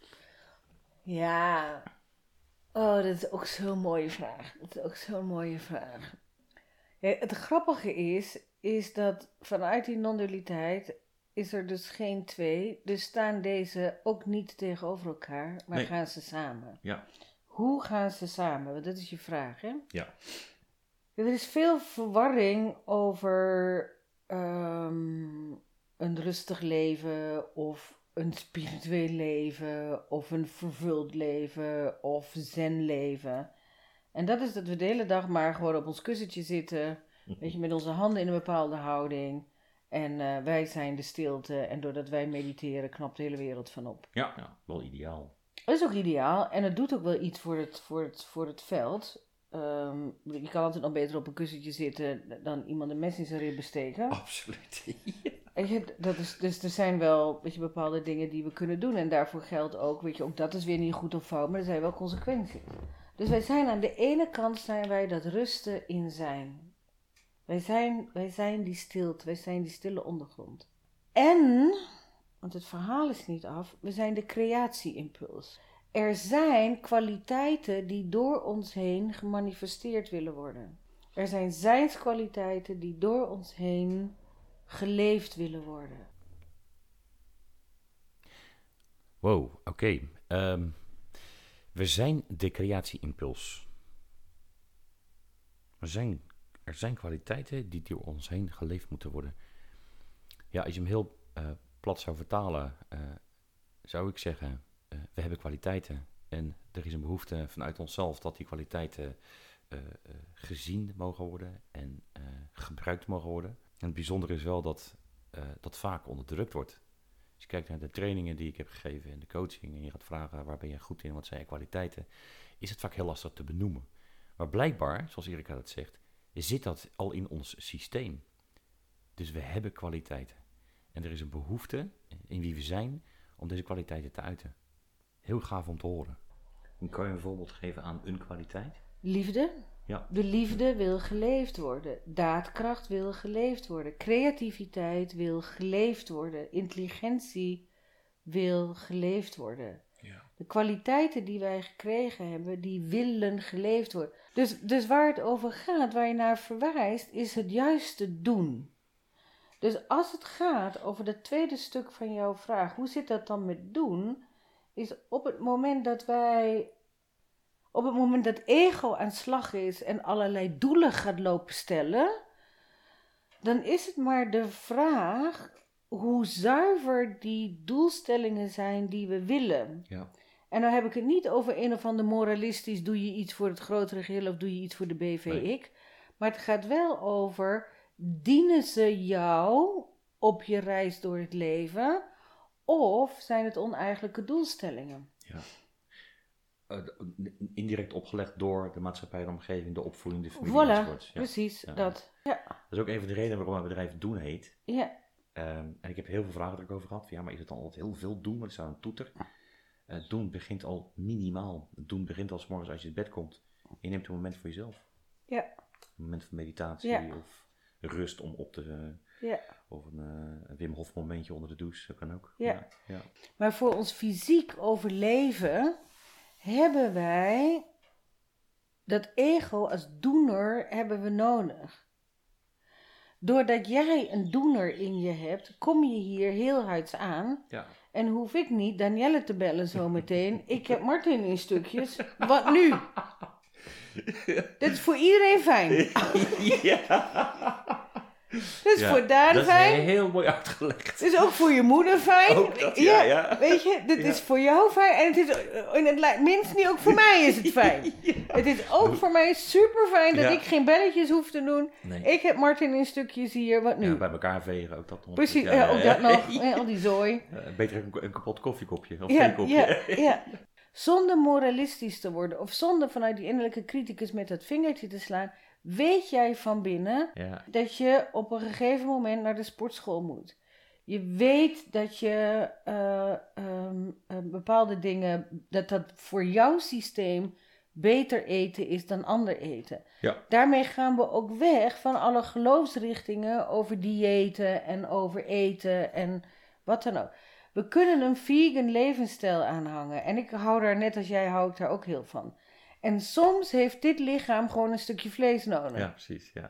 Ja... Oh, dat is ook zo'n mooie vraag. Dat is ook zo'n mooie vraag. Ja, het grappige is, is dat vanuit die non-dualiteit is er dus geen twee. Dus staan deze ook niet tegenover elkaar, maar Nee. gaan ze samen. Ja. Hoe gaan ze samen? Want dat is je vraag, hè? Ja. Er is veel verwarring over ehm, een rustig leven of een spiritueel leven of een vervuld leven of zenleven. En dat is dat we de hele dag maar gewoon op ons kussentje zitten, weet je, met onze handen in een bepaalde houding. En uh, wij zijn de stilte en doordat wij mediteren knapt de hele wereld van op. Ja, ja, wel ideaal. Dat is ook ideaal en het doet ook wel iets voor het, voor het, voor het veld. Um, je kan altijd nog beter op een kussentje zitten dan iemand een mes in zijn ribben steken. Absoluut. Weet je, dat is, dus er zijn wel, weet je, bepaalde dingen die we kunnen doen. En daarvoor geldt ook, weet je, ook dat is weer niet goed of fout, maar er zijn wel consequenties. Dus wij zijn aan de ene kant zijn wij dat rusten in zijn. Wij zijn, wij zijn die stilte, wij zijn die stille ondergrond. En, want het verhaal is niet af, we zijn de creatie-impuls. Er zijn kwaliteiten die door ons heen gemanifesteerd willen worden. Er zijn zijnskwaliteiten die door ons heen geleefd willen worden. Wow, oké. Okay. Um, we zijn de creatie-impuls. We zijn, er zijn kwaliteiten die door ons heen geleefd moeten worden. Ja, als je hem heel uh, plat zou vertalen, uh, zou ik zeggen, uh, we hebben kwaliteiten. En er is een behoefte vanuit onszelf dat die kwaliteiten uh, uh, gezien mogen worden en uh, gebruikt mogen worden. En het bijzondere is wel dat uh, dat vaak onderdrukt wordt. Als je kijkt naar de trainingen die ik heb gegeven en de coaching en je gaat vragen waar ben je goed in, wat zijn je kwaliteiten, is het vaak heel lastig te benoemen. Maar blijkbaar, zoals Erika dat zegt, zit dat al in ons systeem. Dus we hebben kwaliteiten. En er is een behoefte in wie we zijn om deze kwaliteiten te uiten. Heel gaaf om te horen. En kan je een voorbeeld geven aan een kwaliteit? Liefde. Ja. De liefde wil geleefd worden. Daadkracht wil geleefd worden. Creativiteit wil geleefd worden. Intelligentie wil geleefd worden. Ja. De kwaliteiten die wij gekregen hebben, die willen geleefd worden. Dus, dus waar het over gaat, waar je naar verwijst, is het juiste doen. Dus als het gaat over dat tweede stuk van jouw vraag, hoe zit dat dan met doen? Is op het moment dat wij, op het moment dat ego aan slag is en allerlei doelen gaat lopen stellen, dan is het maar de vraag hoe zuiver die doelstellingen zijn die we willen. Ja. En dan heb ik het niet over een of ander moralistisch, doe je iets voor het grotere geheel of doe je iets voor de B V ik. Nee. Maar het gaat wel over, dienen ze jou op je reis door het leven of zijn het oneigenlijke doelstellingen? Ja. Uh, indirect opgelegd door de maatschappij, de omgeving, de opvoeding, de familie voilà, enzovoort. Ja. Precies, ja. dat. Ja. Dat is ook een van de redenen waarom mijn bedrijf Doen heet. Ja. Um, en ik heb heel veel vragen er ook over gehad. Ja, maar is het dan altijd heel veel doen? Wat is nou een toeter? Uh, doen begint al minimaal. Doen begint al 's morgens als je in bed komt. Je neemt een moment voor jezelf. Ja. Een moment van meditatie ja. of rust om op te... Uh, ja. Of een, uh, een Wim Hof momentje onder de douche, dat kan ook. Ja. Ja, ja. Maar voor ons fysiek overleven hebben wij dat ego als doener hebben we nodig. Doordat jij een doener in je hebt, kom je hier heel huids aan. Ja. En hoef ik niet Danielle te bellen zometeen. Ik heb Martin in stukjes. Wat nu? Dit is voor iedereen fijn. Ja. Dit is ja, voor Daan dat fijn. Dat is heel mooi uitgelegd. Het is ook voor je moeder fijn. Ook dat, ja, ja, ja. Weet je, dit ja. is voor jou fijn. En het is in het minst niet ook voor mij is het fijn. Ja. Het is ook voor mij super fijn dat ja. ik geen belletjes hoef te doen. Nee. Ik heb Martin in stukjes hier. Wat nu? Ja, bij elkaar vegen ook dat nog. Precies, ja, ja, ook dat nog. Ja, al die zooi. Uh, beter een, een kapot koffiekopje of ja, geen kopje. Ja, ja. Zonder moralistisch te worden of zonder vanuit die innerlijke criticus met dat vingertje te slaan, weet jij van binnen ja. dat je op een gegeven moment naar de sportschool moet. Je weet dat je uh, um, uh, bepaalde dingen, dat dat voor jouw systeem beter eten is dan ander eten. Ja. Daarmee gaan we ook weg van alle geloofsrichtingen over diëten en over eten en wat dan ook. We kunnen een vegan levensstijl aanhangen. En ik hou daar, net als jij, hou ik daar ook heel van. En soms heeft dit lichaam gewoon een stukje vlees nodig. Ja, precies, ja.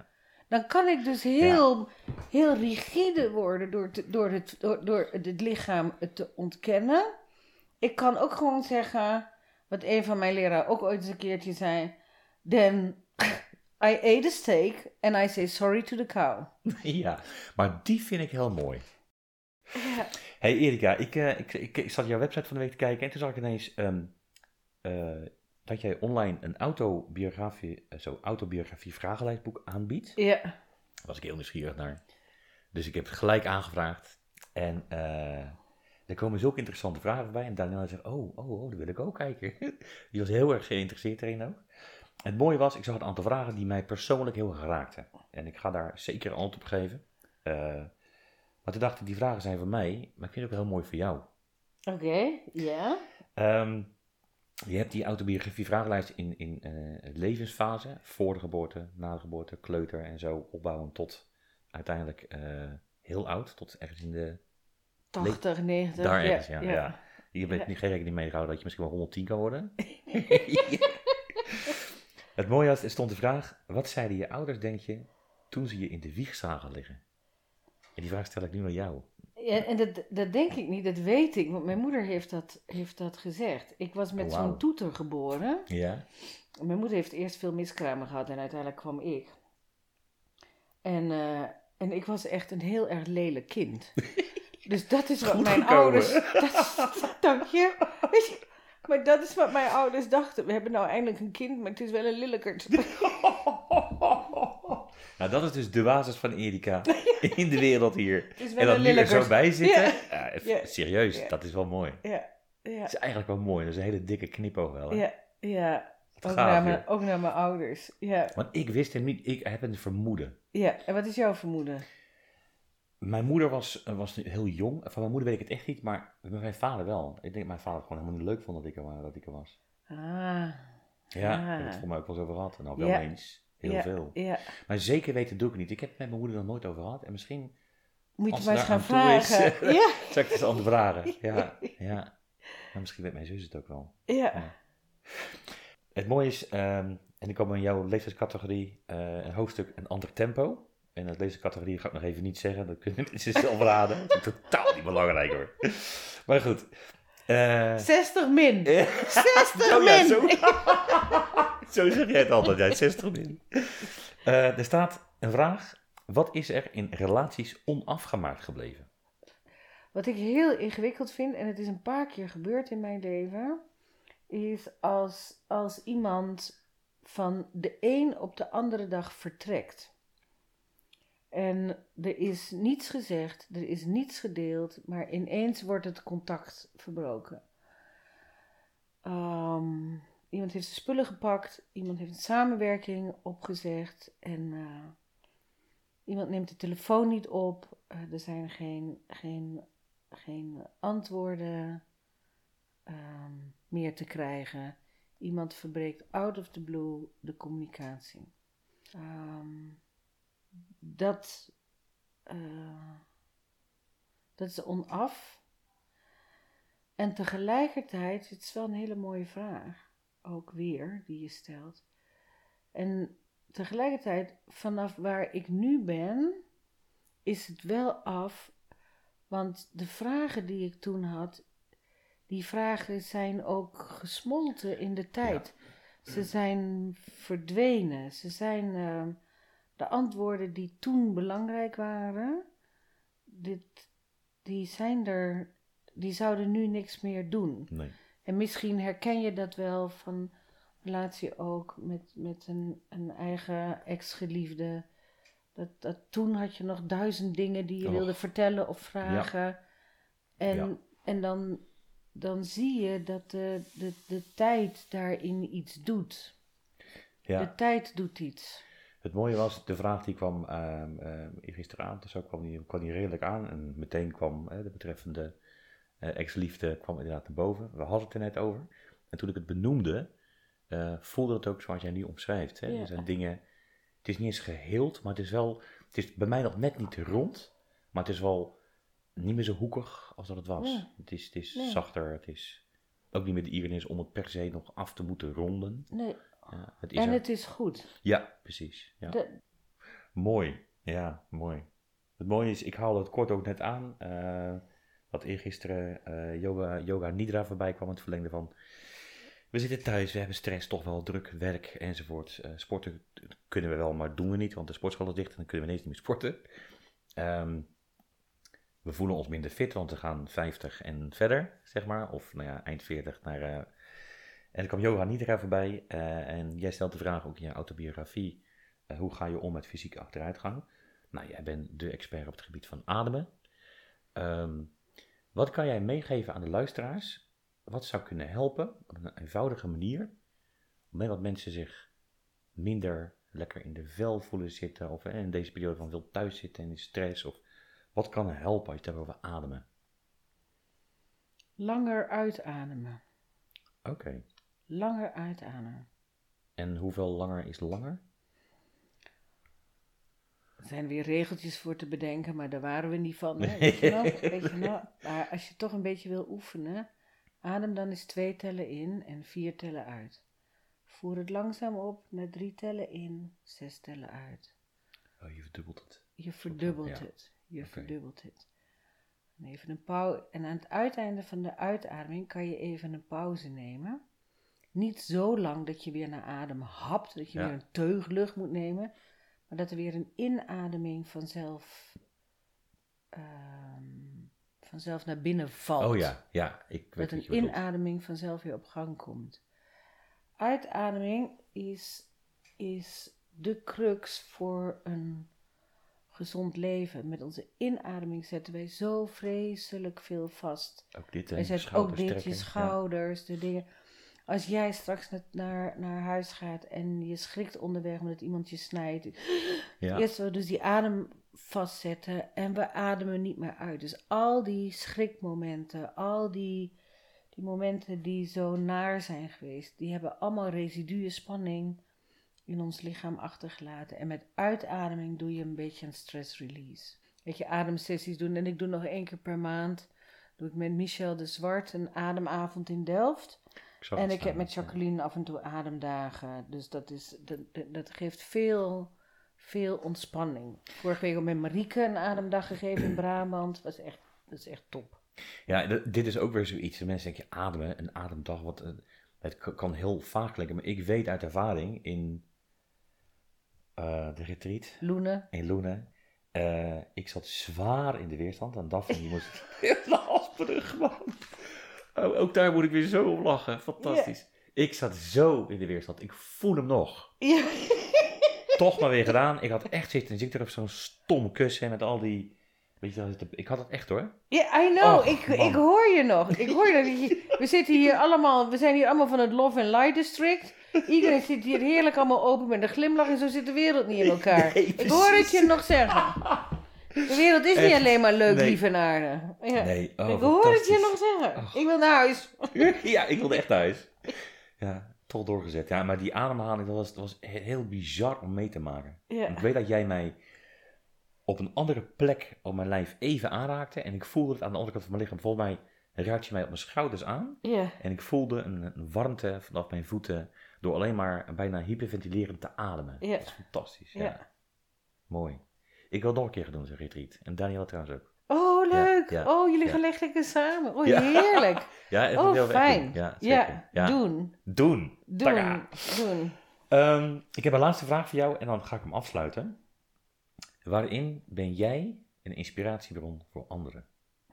Dan kan ik dus heel, ja. heel rigide worden door, te, door, het, door, door het lichaam te ontkennen. Ik kan ook gewoon zeggen, wat een van mijn leraren ook ooit eens een keertje zei. Then I ate a steak and I say sorry to the cow. Ja, maar die vind ik heel mooi. Ja. Hey Erika, ik, uh, ik, ik, ik zat jouw website van de week te kijken en toen zag ik ineens um, uh, dat jij online een autobiografie, uh, zo autobiografie vragenlijstboek aanbiedt. Ja. Daar was ik heel nieuwsgierig naar. Dus ik heb het gelijk aangevraagd en uh, er komen zulke interessante vragen bij. En Daniela zegt, oh, oh, oh, dat wil ik ook kijken. Die was heel erg geïnteresseerd erin ook. En het mooie was, ik zag een aantal vragen die mij persoonlijk heel erg raakten. En ik ga daar zeker een antwoord op geven. Uh, maar toen dacht ik, die vragen zijn van mij, maar ik vind het ook heel mooi voor jou. Oké, okay, ja. Yeah. Um, je hebt die autobiografie vragenlijst in, in uh, levensfase, voor de geboorte, na de geboorte, kleuter en zo opbouwen tot uiteindelijk uh, heel oud, tot ergens in de... tachtig, negentig. Daar ergens, ja. ja, ja. ja. ja. Je hebt ja. niet geen rekening mee gehouden dat je misschien wel honderdtien kan worden. Het mooie was, er stond de vraag, wat zeiden je ouders, denk je, toen ze je in de wieg zagen liggen? En die vraag stel ik nu aan jou. Ja, en dat, dat denk ik niet, dat weet ik, want mijn moeder heeft dat, heeft dat gezegd. Ik was met oh, wow. zo'n toeter geboren. Ja. Mijn moeder heeft eerst veel miskramen gehad en uiteindelijk kwam ik. En, uh, en ik was echt een heel erg lelijk kind. Dus dat is wat Goed mijn gekomen. ouders... Dat, dank je. Weet je. Maar dat is wat mijn ouders dachten. We hebben nou eindelijk een kind, maar het is wel een lillekert. Nou, dat is dus de basis van Erika in de wereld hier. En dan nu er zo bij zitten. Ja. Ja, even, Ja. Serieus, Ja. dat is wel mooi. Ja. Ja. Dat is eigenlijk wel mooi. Dat is een hele dikke knipoog wel. Hè? Ja. Ja. Ook, gaaf, naar mijn, ook naar mijn ouders. Ja. Want ik wist hem niet. Ik heb een vermoeden. Ja. En wat is jouw vermoeden? Mijn moeder was, was heel jong. Van mijn moeder weet ik het echt niet, maar met mijn vader wel. Ik denk dat mijn vader het gewoon helemaal niet leuk vond dat ik er, dat ik er was. Ah. Ja, ah. ik heb het voor mij ook wel eens over gehad. Nou, wel ja. eens. Heel ja. veel. Ja. Maar zeker weten doe ik niet. Ik heb het met mijn moeder nog nooit over gehad. En misschien... Moet je maar eens gaan vragen. Is, ja. Zal ik het eens aan vragen? Ja, ja. Maar misschien weet mijn zus het ook wel. Ja. ja. Het mooie is, um, en ik kom in jouw leeftijdscategorie, uh, een hoofdstuk een ander tempo. En dat leeftijdscategorie ga ik nog even niet zeggen. Dat kunnen mensen zelf raden. Dat is totaal niet belangrijk hoor. Maar goed. Uh, zestig min. zestig oh, ja, min. Zo, zo zeg jij het altijd. Ja, zestig min. Uh, er staat een vraag. Wat is er in relaties onafgemaakt gebleven? Wat ik heel ingewikkeld vind, en het is een paar keer gebeurd in mijn leven, is als, als iemand van de een op de andere dag vertrekt. En er is niets gezegd, er is niets gedeeld, maar ineens wordt het contact verbroken. Um, iemand heeft zijn spullen gepakt, iemand heeft een samenwerking opgezegd en uh, iemand neemt de telefoon niet op. Uh, er zijn geen, geen, geen antwoorden um, meer te krijgen. Iemand verbreekt out of the blue de communicatie. Um, dat, uh, dat is onaf. En tegelijkertijd, het is wel een hele mooie vraag, ook weer, die je stelt. En tegelijkertijd, vanaf waar ik nu ben, is het wel af, want de vragen die ik toen had, die vragen zijn ook gesmolten in de tijd. Ja. Ze zijn verdwenen. Ze zijn uh, de antwoorden die toen belangrijk waren, dit, die zijn er, die zouden nu niks meer doen. Nee. En misschien herken je dat wel van relatie ook met, met een, een eigen ex-geliefde. Dat, dat toen had je nog duizend dingen die je oh. wilde vertellen of vragen. Ja. En, ja. en dan, dan zie je dat de, de, de tijd daarin iets doet. Ja. De tijd doet iets. Het mooie was, de vraag die kwam uh, uh, gisteravond, zo kwam die, kwam die redelijk aan. En meteen kwam uh, de betreffende uh, ex-liefde kwam inderdaad naar boven. We hadden het er net over. En toen ik het benoemde, uh, voelde het ook zoals jij nu omschrijft. Hè? Ja. Er zijn dingen, het is niet eens geheeld, maar het is wel, het is bij mij nog net niet rond. Maar het is wel niet meer zo hoekig als dat het was. Ja. Het is, het is nee. zachter, het is ook niet meer de eagerness om het per se nog af te moeten ronden. Nee. Ja, het is en er. Het is goed. Ja, precies. Ja. De... Mooi, ja, mooi. Het mooie is, ik haalde het kort ook net aan, uh, dat eergisteren uh, yoga, yoga Nidra voorbij kwam, het verlengde van, we zitten thuis, we hebben stress, toch wel druk, werk enzovoort. Uh, sporten kunnen we wel, maar doen we niet, want de sportschool is dicht en dan kunnen we ineens niet meer sporten. Um, we voelen ons minder fit, want we gaan vijftig en verder, zeg maar, of nou ja, eind veertig naar... Uh, en er kwam yoga Nidra voorbij uh, en jij stelt de vraag ook in je autobiografie, uh, hoe ga je om met fysieke achteruitgang? Nou, jij bent de expert op het gebied van ademen. Um, wat kan jij meegeven aan de luisteraars? Wat zou kunnen helpen op een eenvoudige manier, omdat dat mensen zich minder lekker in de vel voelen zitten, of in deze periode van veel thuis zitten en in stress, of wat kan er helpen als je het hebt over ademen? Langer uitademen. Oké. Okay. Langer uitademen. En hoeveel langer is langer? Er zijn weer regeltjes voor te bedenken, maar daar waren we niet van. Hè? Weet je nog? Weet je nog? Maar als je toch een beetje wil oefenen, adem dan eens twee tellen in en vier tellen uit. Voer het langzaam op naar drie tellen in, zes tellen uit. Oh, je verdubbelt het. Je verdubbelt ja. het. Je okay. verdubbelt het. En even een pauze. En aan het uiteinde van de uitademing kan je even een pauze nemen. Niet zo lang dat je weer naar adem hapt, dat je ja. weer een teug lucht moet nemen. Maar dat er weer een inademing vanzelf, uh, vanzelf naar binnen valt. Oh ja, ja. Ik weet dat een inademing vanzelf weer op gang komt. Uitademing is, is de crux voor een gezond leven. Met onze inademing zetten wij zo vreselijk veel vast. Ook dit, wij zetten ook dit, je schouders, ja. de dingen. Als jij straks naar, naar huis gaat en je schrikt onderweg omdat iemand je snijdt. Ja. Eerst we dus die adem vastzetten en we ademen niet meer uit. Dus al die schrikmomenten, al die, die momenten die zo naar zijn geweest, die hebben allemaal residuen spanning in ons lichaam achtergelaten. En met uitademing doe je een beetje een stress release. Weet je, ademsessies doen. En ik doe nog één keer per maand, doe ik met Michel de Zwart een ademavond in Delft. Ik en ik heb met Jacqueline af en toe ademdagen. Dus dat, is, dat, dat geeft veel, veel ontspanning. Vorige week ook met Marieke een ademdag gegeven in Brabant. Dat is echt, dat is echt top. Ja, d- dit is ook weer zoiets. Mensen denken, ademen, een ademdag. Wat, uh, het k- kan heel vaag klinken. Maar ik weet uit ervaring in uh, de retreat. Loenen. In Loenen. Uh, ik zat zwaar in de weerstand. En Daphne die moest heel hasperig, man. Oh, ook daar moet ik weer zo om lachen. Fantastisch. Yeah. Ik zat zo in de weerstand. Ik voel hem nog. Yeah. Toch maar weer gedaan. Ik had echt zitten. En zit er op zo'n stom kussen met al die... Weet je wel, ik had het echt hoor. Ja, yeah, I know. Oh, ik, ik hoor je nog. Ik hoor je. We zitten hier allemaal... We zijn hier allemaal van het Love and Light District. Iedereen zit hier heerlijk allemaal open met een glimlach. En zo zit de wereld niet in elkaar. Nee, ik hoor het je nog zeggen. De wereld is echt niet alleen maar leuk, nee. lief en aardig. Ja. Nee, oh, ik hoor het je nog zeggen. Oh. Ik wil naar huis. Ja, ik wilde echt naar huis. Ja, toch doorgezet. Ja, maar die ademhaling, dat was, dat was heel bizar om mee te maken. Ja. Ik weet dat jij mij op een andere plek op mijn lijf even aanraakte. En ik voelde het aan de andere kant van mijn lichaam. Volgens mij raakte je mij op mijn schouders aan. Ja. En ik voelde een, een warmte vanaf mijn voeten. Door alleen maar bijna hyperventilerend te ademen. Ja. Dat is fantastisch. Ja. Ja. Mooi. Ik wil het nog een keer gaan doen, zo'n retreat. En Daniel trouwens ook. Oh, leuk. Ja, ja, oh, jullie ja. gaan lekker samen. Oh, ja. heerlijk. Ja, het oh, heel fijn. Ja, ja, ja, doen. Doen. Doen. Taka. Doen. Um, ik heb een laatste vraag voor jou en dan ga ik hem afsluiten. Waarin ben jij een inspiratiebron voor anderen?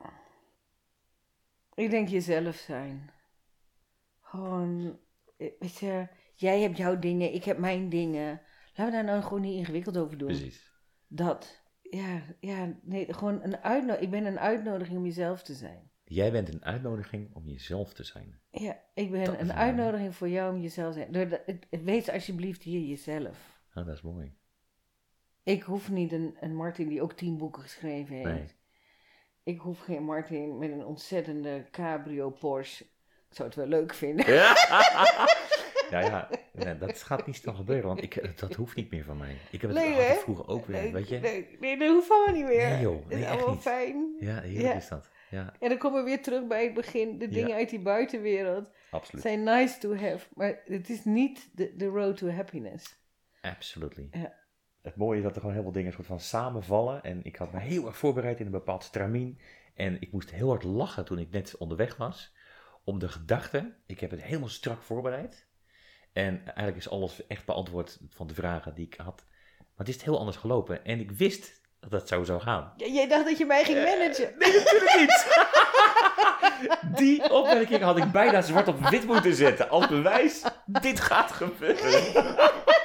Ik denk jezelf zijn. Gewoon, weet je, jij hebt jouw dingen, ik heb mijn dingen. Laten we daar nou gewoon niet ingewikkeld over doen. Precies. Dat, ja, ja, nee, gewoon een uitnodiging. Ik ben een uitnodiging om jezelf te zijn. Jij bent een uitnodiging om jezelf te zijn. Ja, ik ben dat een uitnodiging mooi. Voor jou om jezelf te zijn. Door de, wees alsjeblieft hier jezelf. Oh, dat is mooi. Ik hoef niet een, een Martin die ook tien boeken geschreven heeft. Nee. Ik hoef geen Martin met een ontzettende cabrio Porsche. Ik zou het wel leuk vinden. Ja, ja, ja. Nee, dat gaat niet snel gebeuren, want ik, dat hoeft niet meer van mij. Ik heb het nee, altijd vroeger ook weer, nee, weet je. Nee, nee, dat hoeft van me niet meer. Nee joh, nee, dat is echt allemaal niet. Fijn. Ja, heerlijk ja. is dat. Ja. En dan komen we weer terug bij het begin. De dingen ja. uit die buitenwereld Absoluut. zijn nice to have, maar het is niet de, de road to happiness. Absolutely. Ja. het mooie is dat er gewoon heel veel dingen soort van samenvallen. En ik had me heel erg voorbereid in een bepaald stramien. En ik moest heel hard lachen toen ik net onderweg was. Om de gedachte, ik heb het helemaal strak voorbereid. En eigenlijk is alles echt beantwoord van de vragen die ik had. Maar het is heel anders gelopen. En ik wist dat het zo zou gaan. Ja, jij dacht dat je mij ging managen. Uh, nee, natuurlijk niet. Die opmerking had ik bijna zwart op wit moeten zetten. Als bewijs, dit gaat gebeuren.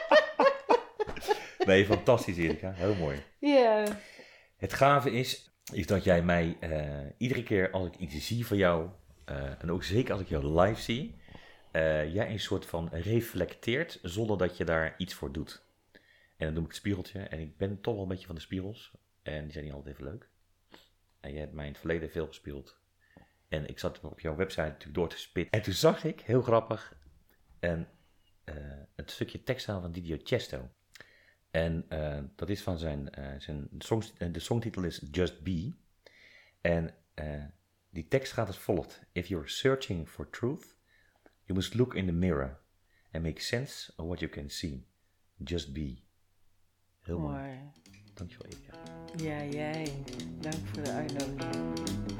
Nee, fantastisch Erika. Heel mooi. Ja. Het gave is, is dat jij mij uh, iedere keer als ik iets zie van jou... Uh, en ook zeker als ik jou live zie... Uh, jij een soort van reflecteert zonder dat je daar iets voor doet. En dan noem ik het spiegeltje. En ik ben toch wel een beetje van de spiegels. En die zijn niet altijd even leuk. En jij hebt mij in het verleden veel gespiegeld. En ik zat op jouw website natuurlijk door te spitten. En toen zag ik, heel grappig, een, uh, een stukje tekst aan van Didio Chesto. En uh, dat is van zijn, uh, zijn song, de songtitel is Just Be. En uh, die tekst gaat als volgt. If you're searching for truth, you must look in the mirror and make sense of what you can see. Just be. Heel mooi. mooi. Dankjewel Erika. Ja, jij. Dank voor de uitnodiging.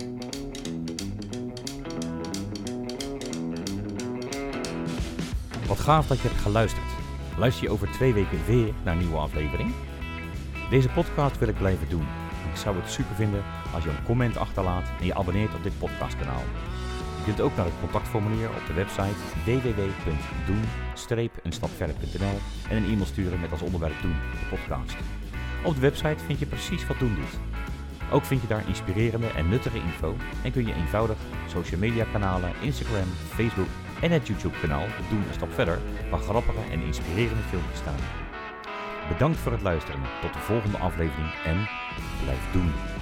Wat gaaf dat je hebt geluisterd. Luister je over twee weken weer naar een nieuwe aflevering? Deze podcast wil ik blijven doen. Ik zou het super vinden als je een comment achterlaat en je abonneert op dit podcastkanaal. Je kunt ook naar het contactformulier op de website w w w punt doen een stap verder punt n l en een e-mail sturen met als onderwerp Doen, de podcast. Op de website vind je precies wat Doen doet. Ook vind je daar inspirerende en nuttige info en kun je eenvoudig social media kanalen, Instagram, Facebook en het YouTube kanaal Doen een stap verder, waar grappige en inspirerende filmpjes staan. Bedankt voor het luisteren. Tot de volgende aflevering en blijf doen.